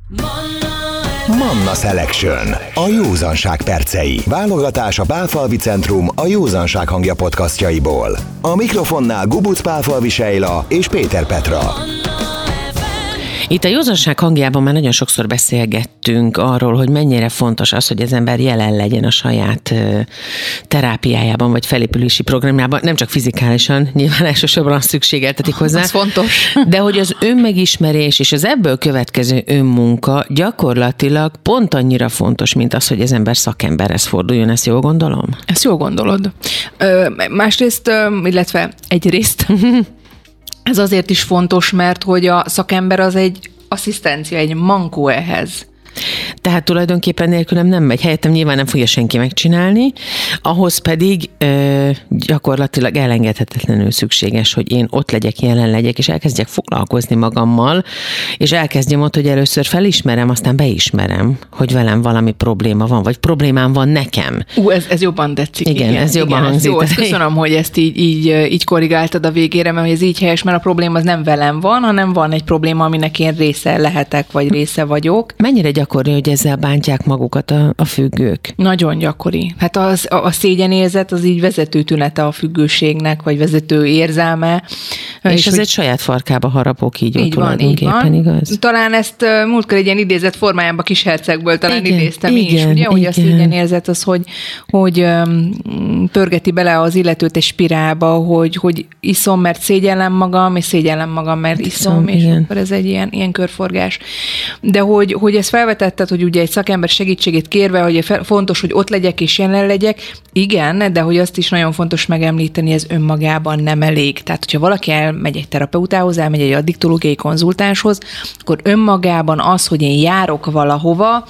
Manna Selection. A józanság percei. Válogatás a Pálfalvi Centrum a Józanság hangja podcastjaiból. A mikrofonnál Gubuc Pálfalvi Sejla és Péter Petra. Itt a józanság hangjában már nagyon sokszor beszélgettünk arról, hogy mennyire fontos az, hogy az ember jelen legyen a saját terápiájában, vagy felépülési programjában, nem csak fizikálisan, nyilván elsősorban azt szükségeltetik hozzá. Az fontos. De hogy az önmegismerés és az ebből következő önmunka gyakorlatilag pont annyira fontos, mint az, hogy az ember szakemberhez forduljon. Ezt jól gondolom? Ezt jól gondolod. Másrészt, illetve egyrészt, ez azért is fontos, mert hogy a szakember az egy asszisztencia, egy mankó ehhez. Tehát tulajdonképpen nélkülem nem megy. Helyettem nyilván nem fogja senki megcsinálni, ahhoz pedig gyakorlatilag elengedhetetlenül szükséges, hogy én ott legyek, jelen legyek, és elkezdjek foglalkozni magammal, és elkezdjem ott, hogy először felismerem, aztán beismerem, hogy velem valami probléma van, vagy problémám van nekem. Ez jobban tetszik. Igen, ez jobban hangzik. Jó, köszönöm, hogy ezt így korrigáltad a végére, mert ez így helyes, mert a probléma az nem velem van, hanem van egy probléma, aminek én része lehetek, vagy része vagyok. Mennyire gyakori, hogy ezzel bántják magukat a függők? Nagyon gyakori. Hát a szégyenérzet az így vezető tünete a függőségnek, vagy vezető érzelme. És ez egy saját farkába harapok így tulajdonképpen, igaz? Talán ezt múltkor egy ilyen idézett formájában Kishercegből talán idéztem én is, ugye, hogy a szégyenérzet az, hogy pörgeti bele az illetőt egy spirálba, hogy iszom, mert szégyellem magam, és szégyellem magam, mert iszom, és akkor ez egy ilyen körforgás. De hogy ezt felvetetted, hogy ugye egy szakember segítségét kérve, hogy fontos, hogy ott legyek és jelen legyek, igen, de hogy azt is nagyon fontos megemlíteni, ez önmagában nem elég. Tehát, hogyha valaki elmegy egy terapeutához, elmegy egy addiktológiai konzultánshoz, akkor önmagában az, hogy én járok valahova,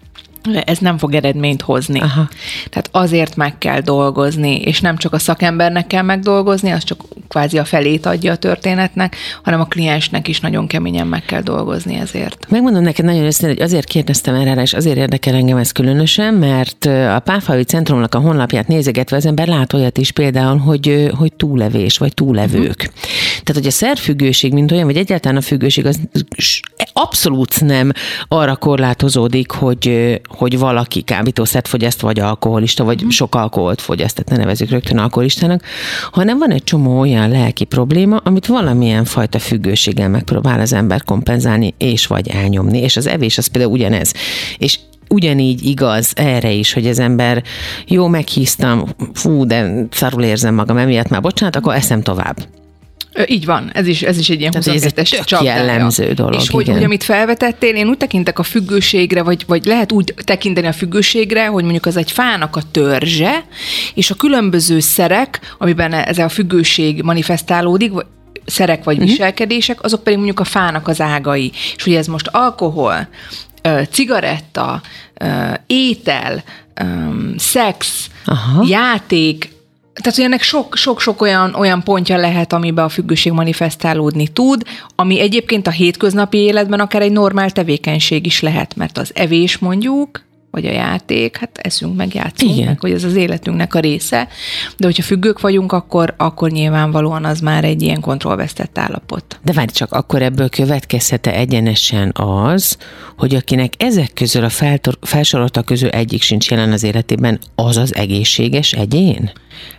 ez nem fog eredményt hozni. Aha. Tehát azért meg kell dolgozni, és nem csak a szakembernek kell megdolgozni, az csak kvázi a felét adja a történetnek, hanem a kliensnek is nagyon keményen meg kell dolgozni ezért. Megmondom neked nagyon őszintén, hogy azért kérdeztem erre, és azért érdekel engem ez különösen, mert a Pálfalvi Centrumnak a honlapját nézegetve az ember lát olyat is például, hogy túllevés, vagy túllevők. Tehát, hogy a szerfüggőség, mint olyan, vagy egyáltalán a függőség, az abszolút nem arra korlátozódik, hogy valaki kábítószert fogyaszt, vagy alkoholista, vagy sok alkoholt fogyaszt, tehát ne nevezzük rögtön alkoholistának, hanem van egy csomó olyan lelki probléma, amit valamilyen fajta függőséggel megpróbál az ember kompenzálni, és vagy elnyomni, és az evés az például ugyanez. És ugyanígy igaz erre is, hogy az ember jó, meghíztam, de szarul érzem magam emiatt, már bocsánat, akkor eszem tovább. Így van, ez is egy ilyen 22-es csapdája. Jellemző dolog. És hogy amit felvetettél, én úgy tekintek a függőségre, vagy lehet úgy tekinteni a függőségre, hogy mondjuk az egy fának a törzse, és a különböző szerek, amiben ez a függőség manifestálódik, szerek vagy viselkedések, azok pedig mondjuk a fának az ágai. És hogy ez most alkohol, cigaretta, étel, szex, játék, tehát, hogy ennek sok-sok olyan pontja lehet, amiben a függőség manifestálódni tud, ami egyébként a hétköznapi életben akár egy normál tevékenység is lehet, mert az evés mondjuk, vagy a játék, hát eszünk meg, játszunk meg, hogy ez az életünknek a része, de hogyha függők vagyunk, akkor nyilvánvalóan az már egy ilyen kontrollvesztett állapot. De várj csak, akkor ebből következhet-e egyenesen az, hogy akinek ezek közül a felsoroltak közül egyik sincs jelen az életében, az az egészséges egyén?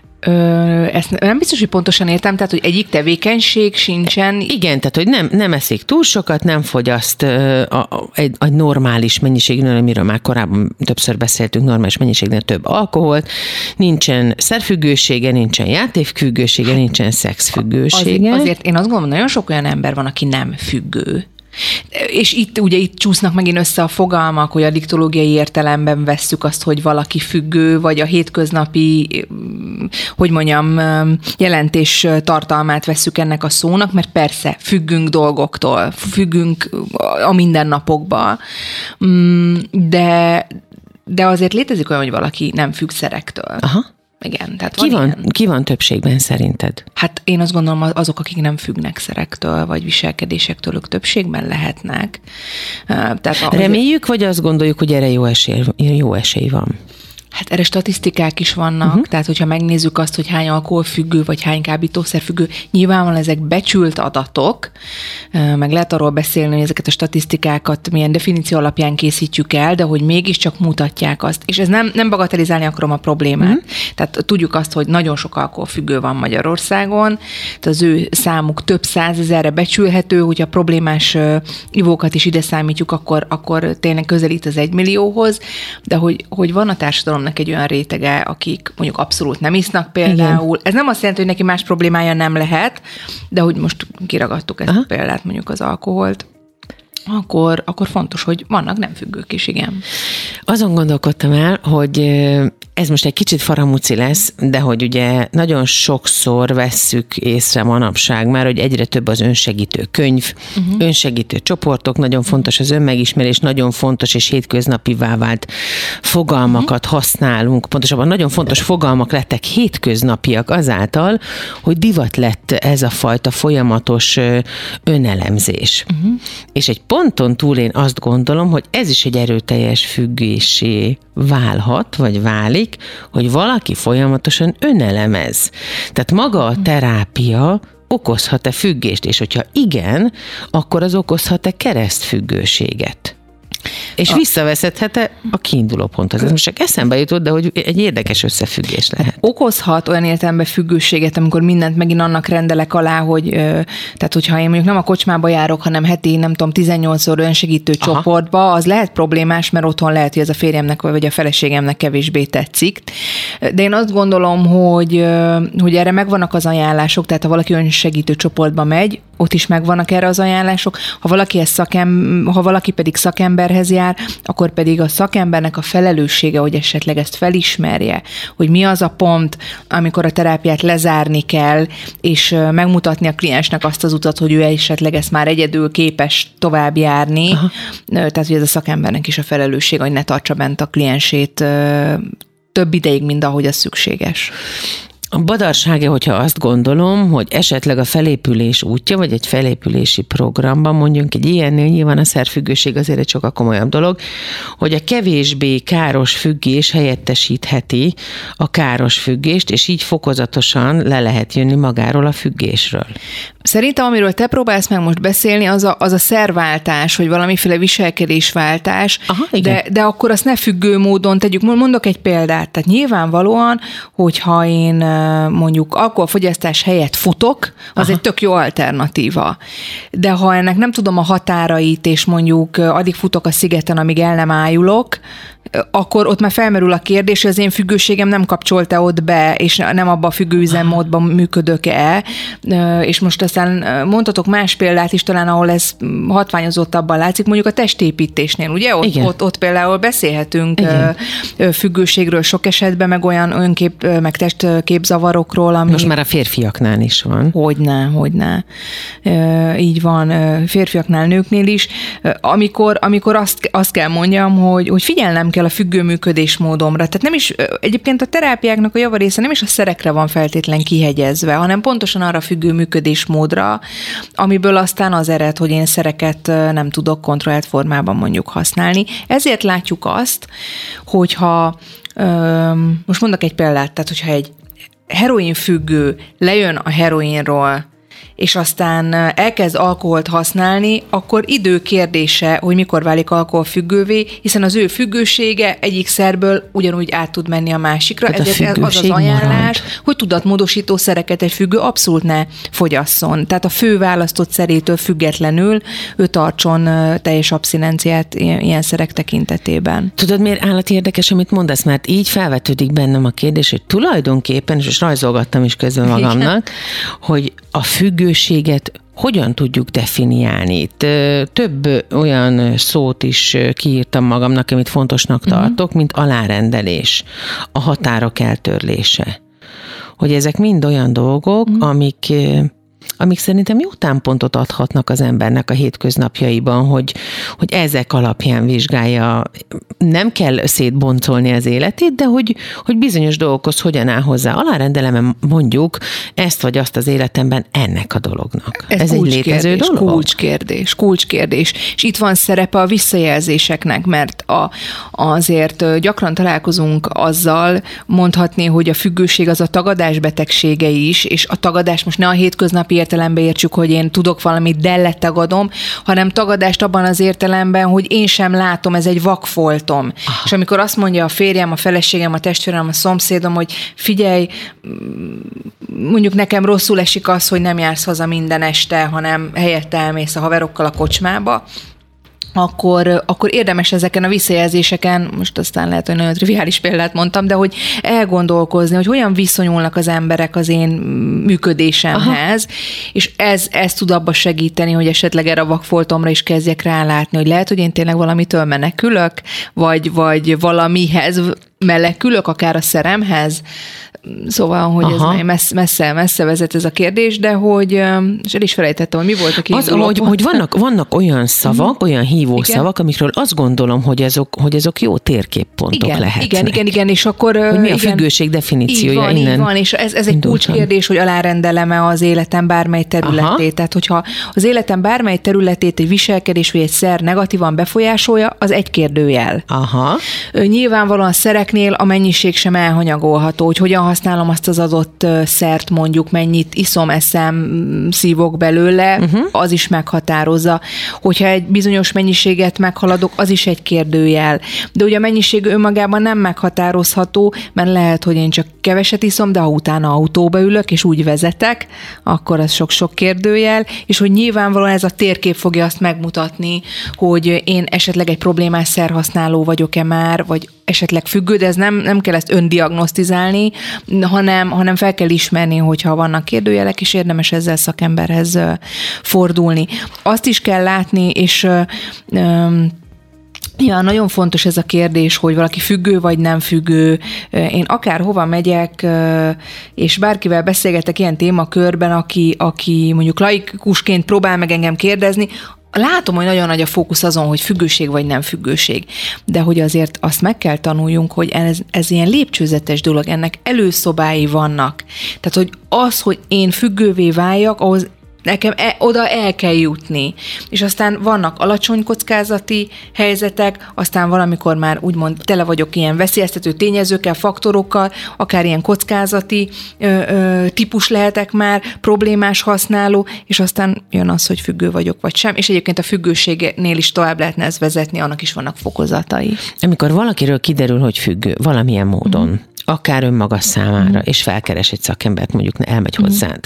Ezt nem biztos, hogy pontosan értem, tehát, hogy egyik tevékenység sincsen. Igen, tehát, hogy nem eszik túl sokat, nem fogyaszt egy normális mennyiségnél, amiről már korábban többször beszéltünk, normális mennyiségnél több alkoholt, nincsen szerfüggősége, nincsen játékfüggősége, nincsen szexfüggősége. Azért én azt gondolom, nagyon sok olyan ember van, aki nem függő. És itt csúsznak megint össze a fogalmak, hogy addiktológiai értelemben vesszük azt, hogy valaki függő, vagy a hétköznapi, jelentés tartalmát vesszük ennek a szónak, mert persze függünk dolgoktól, függünk a mindennapokba, de azért létezik olyan, hogy valaki nem függ szerektől. Aha. Igen, tehát ki van többségben szerinted? Hát én azt gondolom, azok, akik nem függnek szerektől, vagy viselkedésektől, ők többségben lehetnek. Reméljük, vagy azt gondoljuk, hogy erre jó esély van? Hát erre statisztikák is vannak, tehát hogyha megnézzük azt, hogy hány alkoholfüggő, vagy hány kábítószerfüggő, nyilvánvalóan ezek becsült adatok, meg lehet arról beszélni, hogy ezeket a statisztikákat milyen definíció alapján készítjük el, de hogy mégiscsak mutatják azt. És ez nem bagatelizálni akarom a problémát. Tehát tudjuk azt, hogy nagyon sok alkoholfüggő van Magyarországon, tehát az ő számuk több százezerre becsülhető, hogyha problémás ivókat is ide számítjuk, akkor tényleg közelít az 1 millióhoz, de hogy van a társadalomnak egy olyan rétege, akik mondjuk abszolút nem isznak például. Igen. Ez nem azt jelenti, hogy neki más problémája nem lehet, de hogy most kiragadtuk ezt a példát, mondjuk az alkoholt, akkor fontos, hogy vannak nem függők is, igen. Azon gondolkodtam el, hogy ez most egy kicsit faramúci lesz, de hogy ugye nagyon sokszor vesszük észre manapság már, hogy egyre több az önsegítő könyv, önsegítő csoportok, nagyon fontos az önmegismerés, nagyon fontos és hétköznapivá vált fogalmakat használunk, pontosabban nagyon fontos fogalmak lettek hétköznapiak azáltal, hogy divat lett ez a fajta folyamatos önelemzés. És egy ponton túl én azt gondolom, hogy ez is egy erőteljes függésé válhat, vagy válik, hogy valaki folyamatosan önelemez. Tehát maga a terápia okozhat-e függést, és hogyha igen, akkor az okozhat-e keresztfüggőséget? És visszavezethet-e a kiinduló ponthoz? Ez most csak eszembe jutott, de hogy egy érdekes összefüggés lehet. Okozhat olyan értelemben függőséget, amikor mindent megint annak rendelek alá, hogy tehát hogyha én mondjuk nem a kocsmába járok, hanem heti, nem tudom, 18-szor önsegítő csoportba, az lehet problémás, mert otthon lehet, hogy ez a férjemnek vagy a feleségemnek kevésbé tetszik. De én azt gondolom, hogy erre megvannak az ajánlások, tehát ha valaki önsegítő csoportba megy, ott is megvannak erre az ajánlások. Ha valaki pedig szakemberhez jár, akkor pedig a szakembernek a felelőssége, hogy esetleg ezt felismerje, hogy mi az a pont, amikor a terápiát lezárni kell, és megmutatni a kliensnek azt az utat, hogy ő esetleg ezt már egyedül képes tovább járni. Tehát, hogy ez a szakembernek is a felelősség, hogy ne tartsa bent a kliensét több ideig, mint ahogy az szükséges. A badarsága, hogyha azt gondolom, hogy esetleg a felépülés útja, vagy egy felépülési programban, mondjuk egy ilyennél nyilván a szerfüggőség azért egy sokkal komolyabb dolog, hogy a kevésbé káros függés helyettesítheti a káros függést, és így fokozatosan le lehet jönni magáról a függésről. Szerintem, amiről te próbálsz meg most beszélni, az a szerváltás, vagy valamiféle viselkedésváltás, de akkor azt ne függő módon tegyük. Mondok egy példát. Tehát nyilvánvalóan, hogyha én mondjuk alkoholfogyasztás helyett futok, az egy tök jó alternatíva. De ha ennek nem tudom a határait, és mondjuk addig futok a szigeten, amíg el nem ájulok, akkor ott már felmerül a kérdés, hogy az én függőségem nem kapcsolta ott be, és nem abba a függő üzemmódban működök-e. És most aztán mondhatok más példát is, talán ahol ez hatványozottabban látszik, mondjuk a testépítésnél, ugye? Ott például beszélhetünk függőségről sok esetben, meg olyan önkép, meg testképzavarokról, ami... Most már a férfiaknál is van. Hogyne. Így van, férfiaknál, nőknél is. Amikor azt kell mondjam, hogy figyelnem kell a függő működésmódomra. Tehát nem is, egyébként a terápiáknak a javarésze nem is a szerekre van feltétlen kihegyezve, hanem pontosan arra a függő működésmódra, amiből aztán az ered, hogy én szereket nem tudok kontrollált formában mondjuk használni. Ezért látjuk azt, hogyha most mondok egy példát, tehát hogyha egy heroinfüggő lejön a heroinról, és aztán elkezd alkoholt használni, akkor idő kérdése, hogy mikor válik alkoholfüggővé, hiszen az ő függősége egyik szerből ugyanúgy át tud menni a másikra. Tehát ezért az ajánlás, hogy tudatmódosító szereket egy függő abszolút ne fogyasszon. Tehát a fő választott szerétől függetlenül ő tartson teljes abszinenciát ilyen szerek tekintetében. Tudod, miért állati érdekes, amit mondasz? Mert így felvetődik bennem a kérdés, hogy tulajdonképpen, és rajzolgattam is közben magamnak, hogy a függőséget hogyan tudjuk definiálni? Itt több olyan szót is kiírtam magamnak, amit fontosnak tartok, mint alárendelés, a határok eltörlése. Hogy ezek mind olyan dolgok, amik szerintem jó támpontot adhatnak az embernek a hétköznapjaiban, hogy ezek alapján vizsgálja. Nem kell szétboncolni az életét, de hogy bizonyos dolgokhoz hogyan áll hozzá. Alárendelem mondjuk ezt vagy azt az életemben ennek a dolognak. Ez egy létező dolog? Kulcskérdés. És itt van szerepe a visszajelzéseknek, mert azért gyakran találkozunk azzal, mondhatni, hogy a függőség az a tagadás betegsége is, és a tagadás most ne a hétköznapi értelemben értsük, hogy én tudok valamit, de letagadom, hanem tagadást abban az értelemben, hogy én sem látom, ez egy vakfoltom. Aha. És amikor azt mondja a férjem, a feleségem, a testvérem, a szomszédom, hogy figyelj, mondjuk nekem rosszul esik az, hogy nem jársz haza minden este, hanem helyette elmész a haverokkal a kocsmába, akkor érdemes ezeken a visszajelzéseken, most aztán lehet, hogy nagyon triviális példát mondtam, de hogy elgondolkozni, hogy hogyan viszonyulnak az emberek az én működésemhez, aha, és ez tud abba segíteni, hogy esetleg erre a vakfoltomra is kezdjek rálátni, hogy lehet, hogy én tényleg valamitől menekülök, vagy valamihez menekülök, akár a szeremhez. Szóval, hogy aha, ez messze vezet ez a kérdés, de hogy, és el is felejtettem, hogy mi volt a kiinduló. Hogy vannak olyan szavak, olyan hívó szavak, amikről azt gondolom, hogy azok jó térképpontok lehetnek. Igen, és akkor... Hogy mi a függőség definíciója innen? Így van, és ez egy kulcskérdés, hogy alárendelem-e az életem bármely területét. Aha. Tehát, hogyha az életem bármely területét egy viselkedés vagy egy szer negatívan befolyásolja, az egy kérdőjel. Aha. Nyilvánvalóan szereknél a mennyiség sem elhanyagolható, hogy hogyan használom azt az adott szert, mondjuk mennyit iszom, eszem, szívok belőle, az is meghatározza. Hogyha egy bizonyos mennyiséget meghaladok, az is egy kérdőjel. De ugye a mennyiség önmagában nem meghatározható, mert lehet, hogy én csak keveset iszom, de ha utána autóba ülök, és úgy vezetek, akkor az sok-sok kérdőjel, és hogy nyilvánvalóan ez a térkép fogja azt megmutatni, hogy én esetleg egy problémás szerhasználó vagyok-e már, vagy esetleg függő, de ez nem kell ezt öndiagnosztizálni, hanem fel kell ismerni, hogyha vannak kérdőjelek, és érdemes ezzel szakemberhez fordulni. Azt is kell látni, és ja, nagyon fontos ez a kérdés, hogy valaki függő vagy nem függő. Én akárhova megyek, és bárkivel beszélgetek ilyen témakörben, aki mondjuk laikusként próbál meg engem kérdezni, látom, hogy nagyon nagy a fókusz azon, hogy függőség vagy nem függőség, de hogy azért azt meg kell tanuljunk, hogy ez ilyen lépcsőzetes dolog, ennek előszobái vannak. Tehát, hogy az, hogy én függővé váljak, ahhoz nekem oda el kell jutni. És aztán vannak alacsony kockázati helyzetek, aztán valamikor már úgymond tele vagyok ilyen veszélyeztető tényezőkkel, faktorokkal, akár ilyen kockázati típus lehetek már, problémás használó, és aztán jön az, hogy függő vagyok vagy sem. És egyébként a függőségnél is tovább lehetne ezt vezetni, annak is vannak fokozatai. Amikor valakiről kiderül, hogy függő valamilyen módon, akár önmaga számára, és felkeres egy szakembert, mondjuk elmegy hozzád.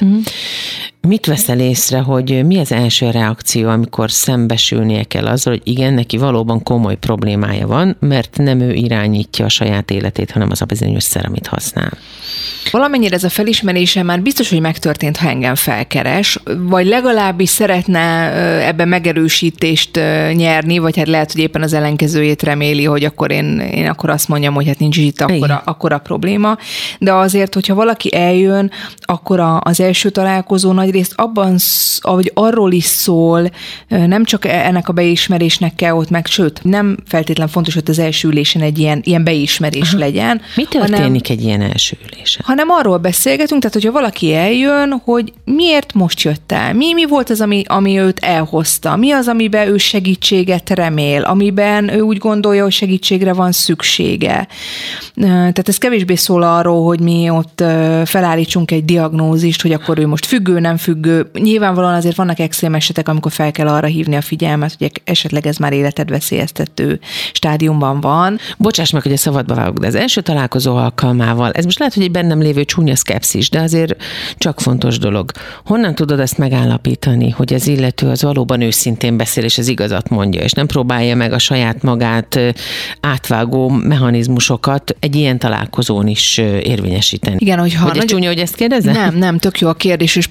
Mit veszel észre, hogy mi az első reakció, amikor szembesülnie kell azzal, hogy igen, neki valóban komoly problémája van, mert nem ő irányítja a saját életét, hanem az a bizonyos szer, amit használ? Valamennyire ez a felismerése már biztos, hogy megtörtént, ha engem felkeres, vagy legalábbis szeretne ebben megerősítést nyerni, vagy hát lehet, hogy éppen az ellenkezőjét reméli, hogy akkor én akkor azt mondjam, hogy hát nincs itt akkora probléma. De azért, hogyha valaki eljön, akkor az első találkozó nagyrészt abban, ahogy arról is szól, nem csak ennek a beismerésnek kell ott meg, sőt, nem feltétlen fontos, hogy az első ülésen egy ilyen beismerés legyen. Mi történik egy ilyen első ülésen? Hanem arról beszélgetünk, tehát hogyha valaki eljön, hogy miért most jött el, mi volt az, ami őt elhozta, mi az, amiben ő segítséget remél, amiben ő úgy gondolja, hogy segítségre van szüksége. Tehát ez kevésbé szól arról, hogy mi ott felállítsunk egy diagnózist, hogy akkor ő most függő, nem függő. Nyilvánvalóan azért vannak extrém esetek, amikor fel kell arra hívni a figyelmet, hogy esetleg ez már életed veszélyeztető stádiumban van. Bocsáss meg, hogy a szabadba vágok, de az első találkozó alkalmával, ez most lehet, hogy egy bennem lévő csúnya szkepszis, de azért csak fontos dolog. Honnan tudod ezt megállapítani, hogy az illető az valóban őszintén beszél, és az igazat mondja, és nem próbálja meg a saját magát átvágó mechanizmusokat egy ilyen találkozón is érvényesíteni? Igen, hogy ez csúnya, hogy ezt kérdezem? Nem, tök jó a kérdés, és pont azon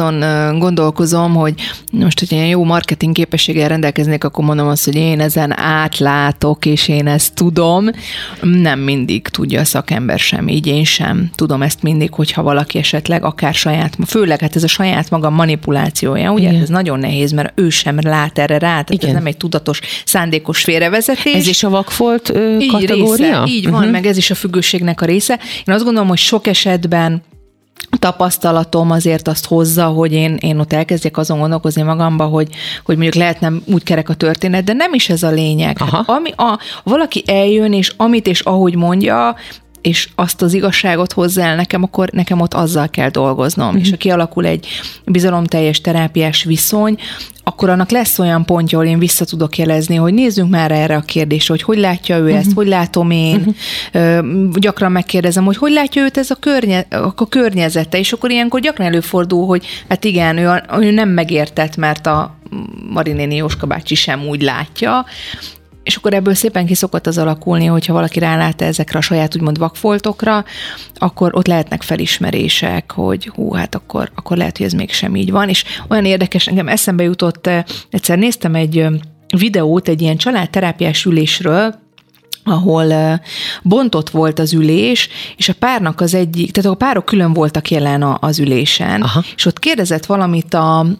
azon gondolkozom, hogy most, hogy ilyen jó marketing képességgel rendelkeznék, akkor mondom azt, hogy én ezen átlátok, és én ezt tudom. Nem mindig tudja a szakember sem, így én sem tudom ezt mindig, hogyha valaki esetleg akár főleg hát ez a saját maga manipulációja, ugye? Ez nagyon nehéz, mert ő sem lát erre rá, tehát ez nem egy tudatos, szándékos félrevezetés. Ez is a vakfolt kategória? Így van, meg ez is a függőségnek a része. Én azt gondolom, hogy sok esetben tapasztalatom azért azt hozza, hogy én ott elkezdjek azon gondolkozni magamba, hogy mondjuk lehet nem úgy kerek a történet, de nem is ez a lényeg. Hát, valaki eljön, és amit és ahogy mondja, és azt az igazságot hozzá el nekem, akkor nekem ott azzal kell dolgoznom. És ha kialakul egy bizalomteljes terápiás viszony, akkor annak lesz olyan pontja, ahol én vissza tudok jelezni, hogy nézzünk már erre a kérdésre, hogy látja ő ezt, hogy látom én. Gyakran megkérdezem, hogy látja őt ez a környezete, és akkor ilyenkor gyakran előfordul, hogy hát igen, ő nem megértett, mert a Mari néni Jóska bácsi sem úgy látja, és akkor ebből szépen ki szokott az alakulni, hogyha valaki rálát ezekre a saját úgymond vakfoltokra, akkor ott lehetnek felismerések, hogy hát akkor lehet, hogy ez mégsem így van. És olyan érdekes, engem eszembe jutott, egyszer néztem egy videót egy ilyen családterápiás ülésről, ahol bontott volt az ülés, és a párnak tehát a párok külön voltak jelen az ülésen, és ott kérdezett valamit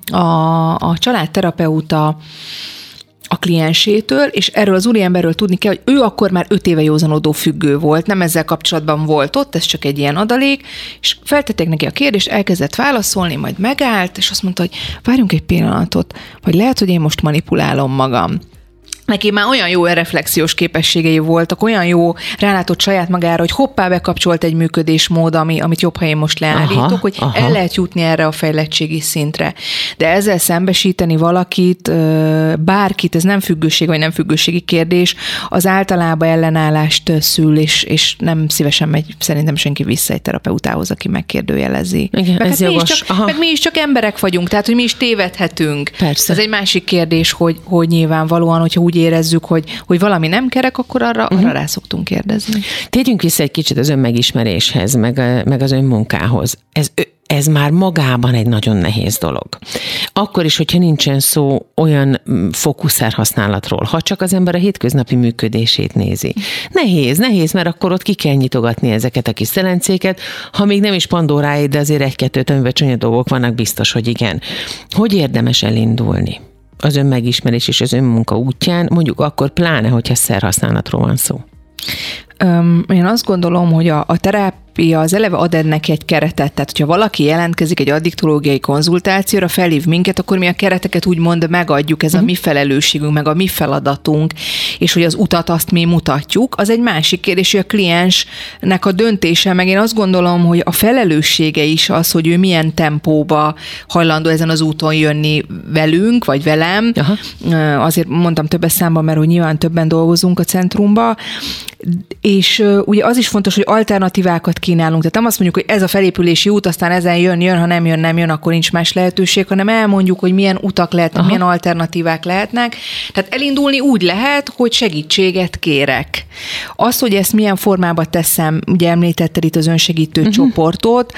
a családterapeuta a kliensétől, és erről az úriemberről tudni kell, hogy ő akkor már 5 éve józanodó függő volt, nem ezzel kapcsolatban volt ott, ez csak egy ilyen adalék, és feltették neki a kérdést, elkezdett válaszolni, majd megállt, és azt mondta, hogy várjunk egy pillanatot, vagy lehet, hogy én most manipulálom magam. Neki már olyan jó reflexiós képességei voltak, olyan jó rálátott saját magára, hogy hoppá bekapcsolt egy működésmód, amit jobb, ha én most leállítok, hogy el lehet jutni erre a fejlettségi szintre. De ezzel szembesíteni valakit, bárkit, ez nem függőség vagy nem függőségi kérdés, az általában ellenállást szül, és nem szívesen megy szerintem senki vissza egy terapeutához, aki megkérdőjelezi. Igen, meg ez jogos. Meg mi is csak emberek vagyunk, tehát hogy mi is tévedhetünk. Persze. Ez egy másik kérdés, hogy nyilvánvalóan, hogyha úgy érezzük, hogy valami nem kerek, akkor arra rá szoktunk kérdezni. Térjünk vissza egy kicsit az önmegismeréshez, meg az önmunkához. Ez már magában egy nagyon nehéz dolog. Akkor is, hogyha nincsen szó olyan fókuszerhasználatról, ha csak az ember a hétköznapi működését nézi. Nehéz, mert akkor ott ki kell nyitogatni ezeket a kis szelencéket, ha még nem is Pandóráid, de azért egy-kettőt, amiben csúnya dolgok vannak, biztos, hogy igen. Hogy érdemes elindulni az önmegismerés és az önmunka útján, mondjuk akkor pláne, hogyha szerhasználatról van szó? Én azt gondolom, hogy a terápia az eleve ad ennek egy keretet, tehát hogyha valaki jelentkezik egy addiktológiai konzultációra, felhív minket, akkor mi a kereteket úgymond megadjuk, ez a mi felelősségünk, meg a mi feladatunk, és hogy az utat azt mi mutatjuk. Az egy másik kérdés, hogy a kliensnek a döntése, meg én azt gondolom, hogy a felelőssége is az, hogy ő milyen tempóba hajlandó ezen az úton jönni velünk, vagy velem. Azért mondtam többes számban, mert hogy nyilván többen dolgozunk a centrumba, és ugye az is fontos, hogy alternatívákat kínálunk. Tehát nem azt mondjuk, hogy ez a felépülési út, aztán ezen jön, ha nem jön, akkor nincs más lehetőség, hanem elmondjuk, hogy milyen utak lehetnek, milyen alternatívák lehetnek. Tehát elindulni úgy lehet, hogy segítséget kérek. Az, hogy ezt milyen formában teszem, ugye említetted itt az önsegítő csoportot.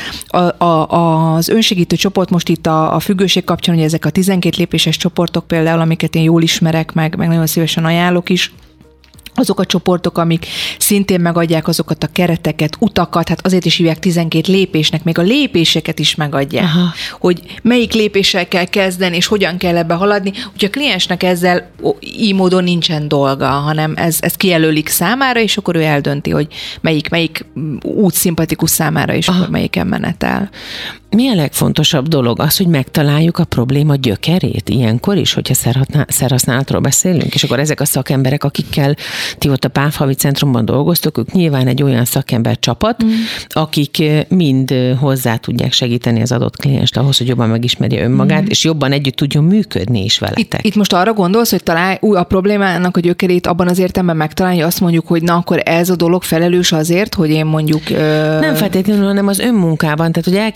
Az önsegítő csoport most itt a függőség kapcsán, ugye ezek a 12 lépéses csoportok például, amiket én jól ismerek, meg nagyon szívesen ajánlok is, azok a csoportok, amik szintén megadják azokat a kereteket, utakat, hát azért is hívják 12 lépésnek, még a lépéseket is megadják, hogy melyik lépéssel kell kezdeni, és hogyan kell ebbe haladni. Úgyhogy a kliensnek ezzel így módon nincsen dolga, hanem ez kijelölik számára, és akkor ő eldönti, hogy melyik út szimpatikus számára, és akkor melyiken menetel. Mi a legfontosabb dolog? Az, hogy megtaláljuk a probléma gyökerét ilyenkor is, hogyha szerhasználatról beszélünk, és akkor ezek a szakemberek, akikkel ti ott a Pálfalvi Centrumban dolgoztok, ők nyilván egy olyan szakember csapat, akik mind hozzá tudják segíteni az adott klienst ahhoz, hogy jobban megismerje önmagát, és jobban együtt tudjon működni is veletek. Itt most arra gondolsz, hogy találj a problémának a gyökerét abban az értelemben megtalálni, hogy azt mondjuk, hogy na akkor ez a dolog felelős azért, hogy én mondjuk... Nem feltétlenül, hanem az önmunkában, tehát hogy elkezdjen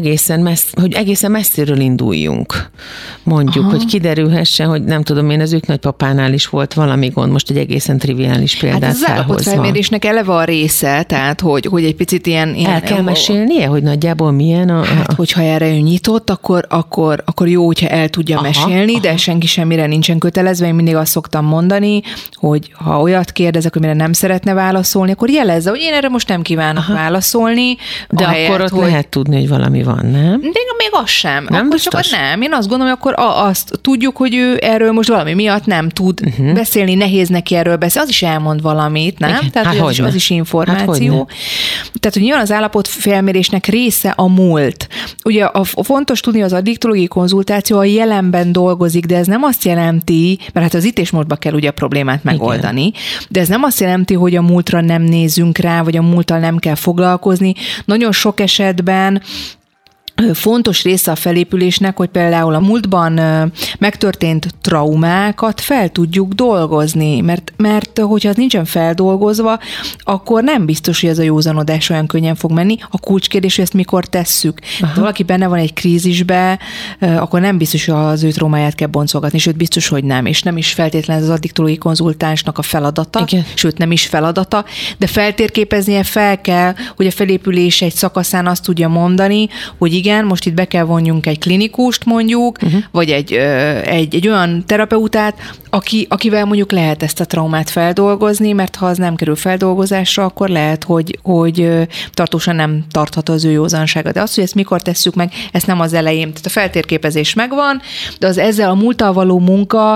egészen messziről induljunk. Mondjuk, hogy kiderülhessen, hogy nem tudom én, az ők nagypapánál is volt valami gond, most egy egészen triviális példát felhozva. Hát az állapotfelmérésnek eleve a része, tehát hogy egy picit ilyen el kell mesélnie, hogy nagyjából milyen Hát, hogyha erre ő nyitott, akkor jó, hogyha el tudja mesélni, de senki semmire nincsen kötelezve. Én mindig azt szoktam mondani, hogy ha olyat kérdezek, amire nem szeretne válaszolni, akkor jelezze, hogy én erre most nem kívánok válaszolni. De akkor ott lehet tudni, hogy valami van, nem? De még az sem. Nem akkor csak nem. Én azt gondolom, hogy akkor azt tudjuk, hogy ő erről most valami miatt nem tud beszélni, nehéz neki erről beszélni. Az is elmond valamit, nem? Igen. Tehát az is információ. Tehát, hogy nyilván az állapotfelmérésnek része a múlt. Ugye a fontos tudni, az addiktológiai konzultáció a jelenben dolgozik, de ez nem azt jelenti, mert hát az itt és mostban kell ugye a problémát megoldani, igen. De ez nem azt jelenti, hogy a múltra nem nézünk rá, vagy a múlttal nem kell foglalkozni. Nagyon sok esetben fontos része a felépülésnek, hogy például a múltban megtörtént traumákat fel tudjuk dolgozni, mert hogyha az nincsen feldolgozva, akkor nem biztos, hogy ez a józanodás olyan könnyen fog menni. A kulcskérdés, hogy ezt mikor tesszük. Ha valaki benne van egy krízisbe, akkor nem biztos, hogy az ő traumáját kell boncolgatni, sőt biztos, hogy nem, és nem is feltétlenül az addiktológiai konzultánsnak a feladata, igen. Sőt nem is feladata, de feltérképeznie fel kell, hogy a felépülés egy szakaszán azt tudja mondani, hogy igen, most itt be kell vonjunk egy klinikust mondjuk, vagy egy olyan terapeutát, akivel mondjuk lehet ezt a traumát feldolgozni, mert ha az nem kerül feldolgozásra, akkor lehet, hogy tartósan nem tartható az ő józansága. De azt, hogy ezt mikor tesszük meg, ezt nem az elején. Tehát a feltérképezés megvan, de az ezzel a múlttal való munka,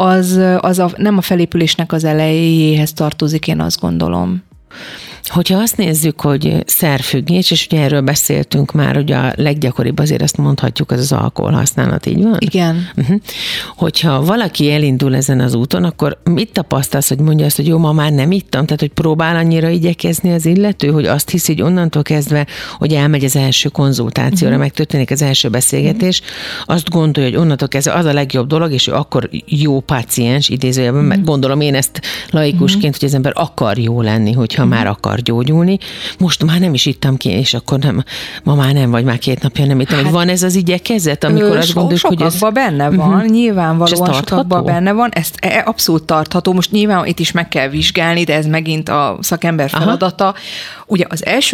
nem a felépülésnek az elejéhez tartozik, én azt gondolom. Hogyha azt nézzük, hogy szerfüggés, és ugye erről beszéltünk már, hogy a leggyakoribb azért azt mondhatjuk, az alkoholhasználat, így van? Igen. Hogyha valaki elindul ezen az úton, akkor mit tapasztalsz, hogy mondja azt, hogy jó, ma már nem ittam? Tehát, hogy próbál annyira igyekezni az illető, hogy azt hiszi, hogy onnantól kezdve, hogy elmegy az első konzultációra, megtörténik az első beszélgetés, azt gondolja, hogy onnantól kezdve az a legjobb dolog, és ő akkor jó páciens, idézőjelben, mert gondolom én ezt laikusként, hogy az ember akar jó lenni, hogyha már akar gyógyulni. Most már nem is ittam ki, és akkor nem, ma már nem, vagy már 2 napja nem ittam. Hát, van ez az igyekezet, amikor azt gondoljuk, hogy ez... Sokakban benne van, nyilvánvalóan sokakban benne van, ez abszolút tartható. Most nyilván itt is meg kell vizsgálni, de ez megint a szakember feladata. Ugye az első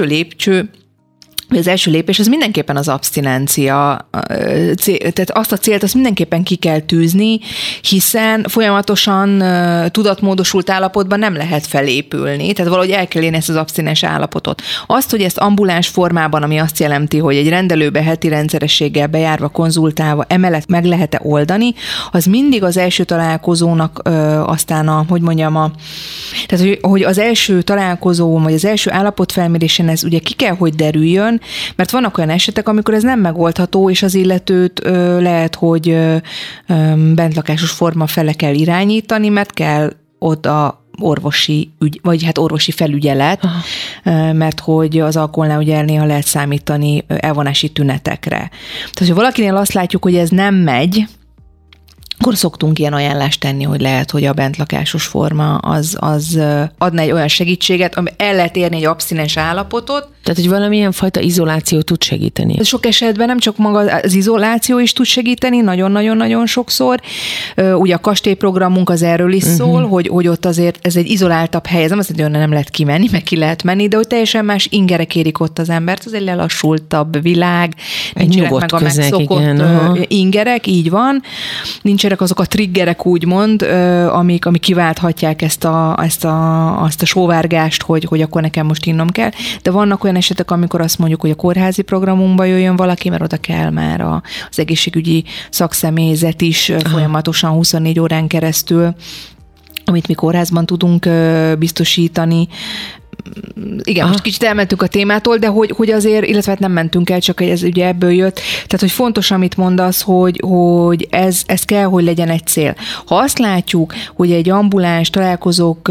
lépés az mindenképpen az abszinencia, tehát azt a célt azt mindenképpen ki kell tűzni, hiszen folyamatosan tudatmódosult állapotban nem lehet felépülni, tehát valahogy el kell érni ezt az abszinens állapotot. Azt, hogy ezt ambuláns formában, ami azt jelenti, hogy egy rendelőbe heti rendszerességgel bejárva, konzultálva, emellett meg lehet-e oldani, az mindig az első találkozónak aztán tehát hogy az első találkozó, vagy az első állapotfelmérésen ez ugye ki kell, hogy derüljön, mert vannak olyan esetek, amikor ez nem megoldható, és az illetőt lehet, hogy bentlakásos forma fele kell irányítani, mert kell oda orvosi ügy, vagy hát orvosi felügyelet, mert hogy az alkoholnál ugye néha lehet számítani elvonási tünetekre. Tehát, hogy valakinél azt látjuk, hogy ez nem megy, akkor szoktunk ilyen ajánlást tenni, hogy lehet, hogy a bentlakásos forma az adna egy olyan segítséget, ami el lehet érni egy abszinens állapotot. Tehát, hogy valamilyen fajta izoláció tud segíteni. Sok esetben nem csak maga az izoláció is tud segíteni, nagyon-nagyon-nagyon sokszor. Ugye a kastélyprogramunk az erről is szól, hogy ott azért ez egy izoláltabb hely, ez nem azt mondja, hogy nem lehet kimenni, meg ki lehet menni, de hogy teljesen más ingerek érik ott az embert, az egy lelassultabb világ, nincsenek meg a megszokott ingerek, így van, nincsenek azok a triggerek úgymond, amik kiválthatják azt a sóvárgást, hogy akkor nekem most innom kell, de vannak olyan esetek, amikor azt mondjuk, hogy a kórházi programunkba jöjjön valaki, mert oda kell már az egészségügyi szakszemélyzet is folyamatosan 24 órán keresztül, amit mi kórházban tudunk biztosítani. Igen, most kicsit elmentünk a témától, de hogy azért, illetve hát nem mentünk el, csak ez ugye ebből jött. Tehát, hogy fontos, amit mondasz, hogy ez kell, hogy legyen egy cél. Ha azt látjuk, hogy egy ambuláns találkozók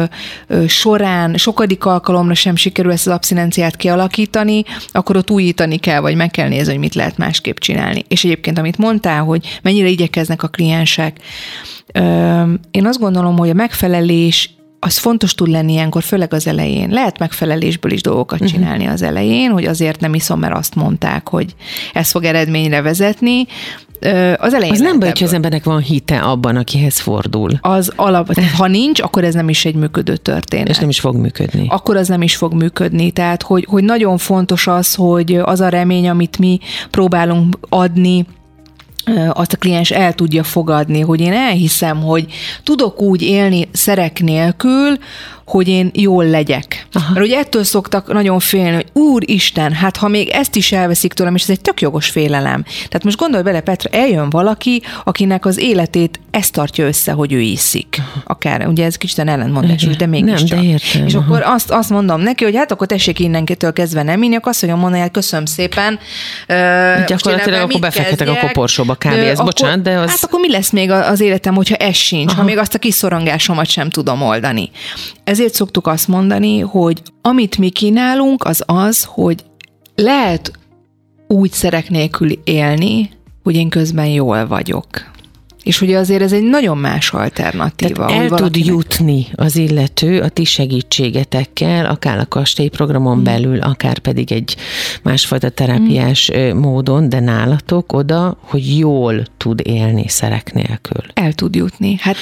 során sokadik alkalomra sem sikerül ezt az abszinenciát kialakítani, akkor ott újítani kell, vagy meg kell nézni, hogy mit lehet másképp csinálni. És egyébként, amit mondtál, hogy mennyire igyekeznek a kliensek, én azt gondolom, hogy a megfelelés az fontos tud lenni ilyenkor, főleg az elején. Lehet megfelelésből is dolgokat csinálni az elején, hogy azért nem iszom, mert azt mondták, hogy ez fog eredményre vezetni. Az elején az nem baj, hogy az embernek van hite abban, akihez fordul. Az alap, ha nincs, akkor ez nem is egy működő történet. És nem is fog működni. Akkor az nem is fog működni. Tehát, hogy nagyon fontos az, hogy az a remény, amit mi próbálunk adni, azt a kliens el tudja fogadni, hogy én elhiszem, hogy tudok úgy élni szerek nélkül, hogy én jól legyek. Aha. Mert ugye ettől szoktak nagyon félni, hogy Úristen, hát ha még ezt is elveszik tőlem, és ez egy tök jogos félelem. Tehát most gondolj bele, Petra, eljön valaki, akinek az életét ezt tartja össze, hogy ő iszik. Akár, ugye ez kicsit ellentmondásos, de mégiscsak. És akkor azt mondom neki, hogy hát akkor tessék innentől kezdve nem inni, akkor azt fogja mondani, hogy köszönöm szépen. Gyakorlatilag akkor befekhetek a koporsóba kb. Ez bocsánat, de az... Hát akkor mi lesz még az életem, hogyha ez sincs, ha még azt a kis szorongásomat sem tudom oldani. Ezért szoktuk azt mondani, hogy amit mi kínálunk, az, hogy lehet úgy szerek nélkül élni, hogy én közben jól vagyok. És ugye azért ez egy nagyon más alternatíva. Tehát el tud jutni az illető a ti segítségetekkel, akár a kastély programon belül, akár pedig egy másfajta terápiás módon, de nálatok oda, hogy jól tud élni szerek nélkül. El tud jutni. Hát,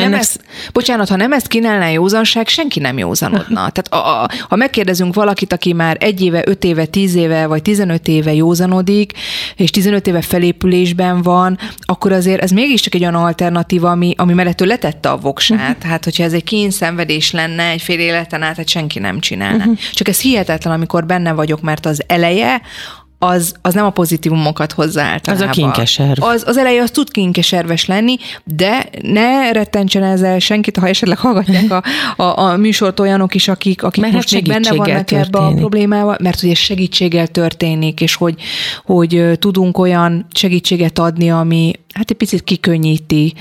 ha nem ezt kínálná józanság, senki nem józanodna. Tehát ha megkérdezünk valakit, aki már 1 éve, 5 éve, 10 éve, vagy 15 éve józanodik, és 15 éve felépülésben van, akkor azért ez mégiscsak egy olyan alternatíva, ami mellett ő letette a voksát. Hát, hogyha ez egy kényszenvedés lenne egy fél életen át, hát senki nem csinálna. Csak ez hihetetlen, amikor benne vagyok, mert az eleje, az nem a pozitívumokat hozza általában. Az a kinkeserv. Az eleje az tud kinkeserves lenni, de ne rettentsen ezzel senkit, ha esetleg hallgatják a műsort olyanok is, akik most még benne vannak ebbe a problémával, mert ugye segítséggel történik, és hogy tudunk olyan segítséget adni, ami hát egy picit kikönnyíti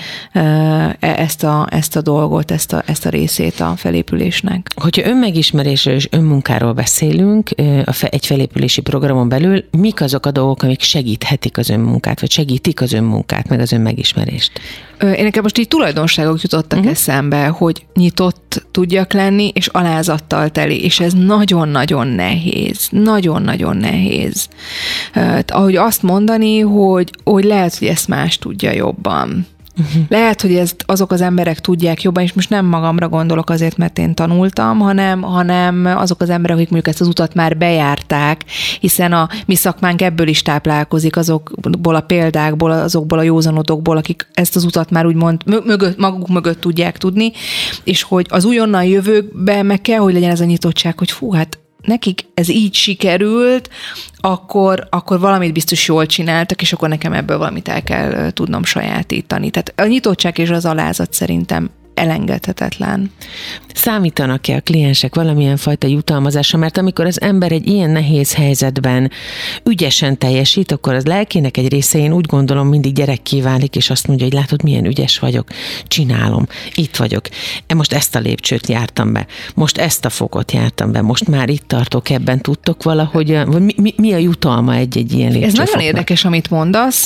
ezt a dolgot, ezt a részét a felépülésnek. Hogyha önmegismerésről és önmunkáról beszélünk egy felépülési programon belül, mik azok a dolgok, amik segíthetik az önmunkát, vagy segítik az önmunkát, meg az önmegismerést? Én nekem most így tulajdonságok jutottak eszembe, hogy nyitott tudjak lenni, és alázattal teli, és ez nagyon-nagyon nehéz. Nagyon-nagyon nehéz. Ahogy azt mondani, hogy lehet, hogy ezt más tudja jobban. Lehet, hogy ezt azok az emberek tudják jobban, és most nem magamra gondolok azért, mert én tanultam, hanem azok az emberek, akik mondjuk ezt az utat már bejárták, hiszen a mi szakmánk ebből is táplálkozik, azokból a példákból, azokból a józanodokból, akik ezt az utat már úgymond maguk mögött tudják tudni, és hogy az újonnan jövőkben meg kell, hogy legyen ez a nyitottság, hogy fú, hát nekik ez így sikerült, akkor valamit biztos jól csináltak, és akkor nekem ebből valamit el kell tudnom sajátítani. Tehát a nyitottság és az alázat szerintem elengedhetetlen. Számítanak-e a kliensek valamilyen fajta jutalmazásra? Mert amikor az ember egy ilyen nehéz helyzetben ügyesen teljesít, akkor az lelkének egy része, én úgy gondolom, mindig gyerekké válik, és azt mondja, hogy látod, milyen ügyes vagyok, csinálom, itt vagyok. Most ezt a lépcsőt jártam be, most ezt a fokot jártam be, most már itt tartok, ebben tudtok valahogy, mi a jutalma egy ilyen lépcsőfoknak? Ez nagyon érdekes, amit mondasz,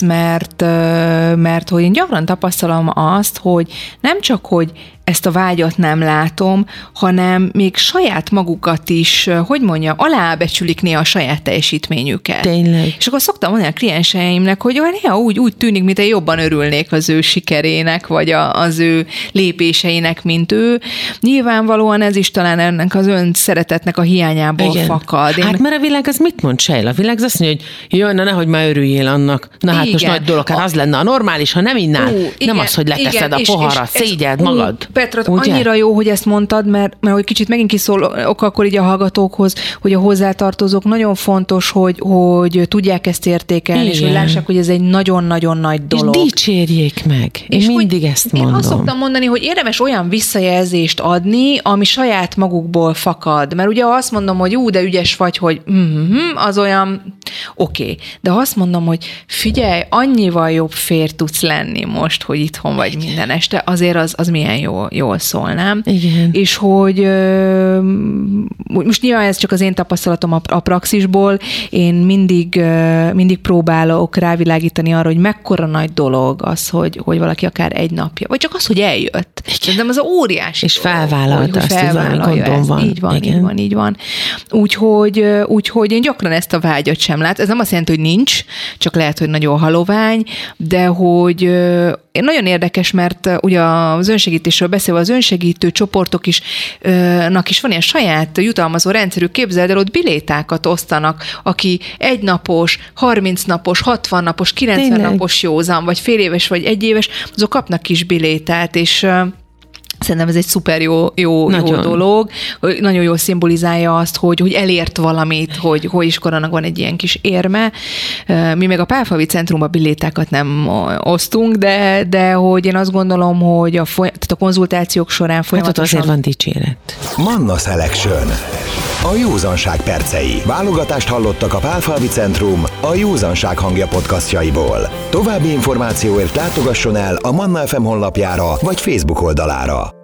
mert hogy én gyakran tapasztalom azt, hogy nem csak, hogy ezt a vágyat nem látom, hanem még saját magukat is, alábecsülik néha a saját teljesítményüket. Tényleg. És akkor szoktam mondani a klienseimnek, hogy néha úgy tűnik, mint én jobban örülnék az ő sikerének, vagy az ő lépéseinek, mint ő. Nyilvánvalóan ez is talán ennek az önszeretetnek a hiányából fakad. Hát mert a világ az mit mond, Sejla? A világ az azt mondja, hogy jaj, nehogy már örüljél annak. Na hát most nagy dolog, hát az lenne a normális, ha nem innál. Nem az, hogy leteszed a poharat, szégyeld magad. Petra, annyira jó, hogy ezt mondtad, mert hogy kicsit megint kiszólok akkor így a hallgatókhoz, hogy a hozzátartozók nagyon fontos, hogy tudják ezt értékelni, és hogy lássák, hogy ez egy nagyon-nagyon nagy dolog. És dicsérjék meg. Én mindig ezt mondom. Én azt szoktam mondani, hogy érdemes olyan visszajelzést adni, ami saját magukból fakad. Mert ugye azt mondom, hogy de ügyes vagy, hogy az olyan oké. De ha azt mondom, hogy figyelj, annyival jobb férj tudsz lenni most, hogy itthon vagy minden este, azért az milyen jól szól, nem? Igen. És hogy most nyilván ez csak az én tapasztalatom a praxisból, én mindig próbálok rávilágítani arra, hogy mekkora nagy dolog az, hogy valaki akár egy napja, vagy csak az, hogy eljött. Szerintem az óriási. És felvállalta azt, hogy valami gondom van. Így van. Úgyhogy én gyakran ezt a vágyat sem lát. Ez nem azt jelenti, hogy nincs, csak lehet, hogy nagyon halovány, de hogy nagyon érdekes, mert ugye az önsegítésről beszélve, az önsegítő csoportok is van ilyen saját jutalmazó rendszerük, képzeld el, ott bilétákat osztanak, aki 1 napos, 30 napos, 60 napos, 90 napos józan, vagy fél éves, vagy 1 éves, azok kapnak kis bilétát, és szerintem ez egy szuper jó dolog, nagyon jól szimbolizálja azt, hogy elért valamit, hogy iskolának van egy ilyen kis érme. Mi meg a Pálfalvi Centrumban bilétákat nem osztunk, de hogy én azt gondolom, hogy tehát a konzultációk során folyamatosan... azért van dicséret. Manna Selection. A józanság percei. Válogatást hallottak a Pálfalvi Centrum a Józanság hangja podcastjaiból. További információért látogasson el a Manna FM honlapjára vagy Facebook oldalára.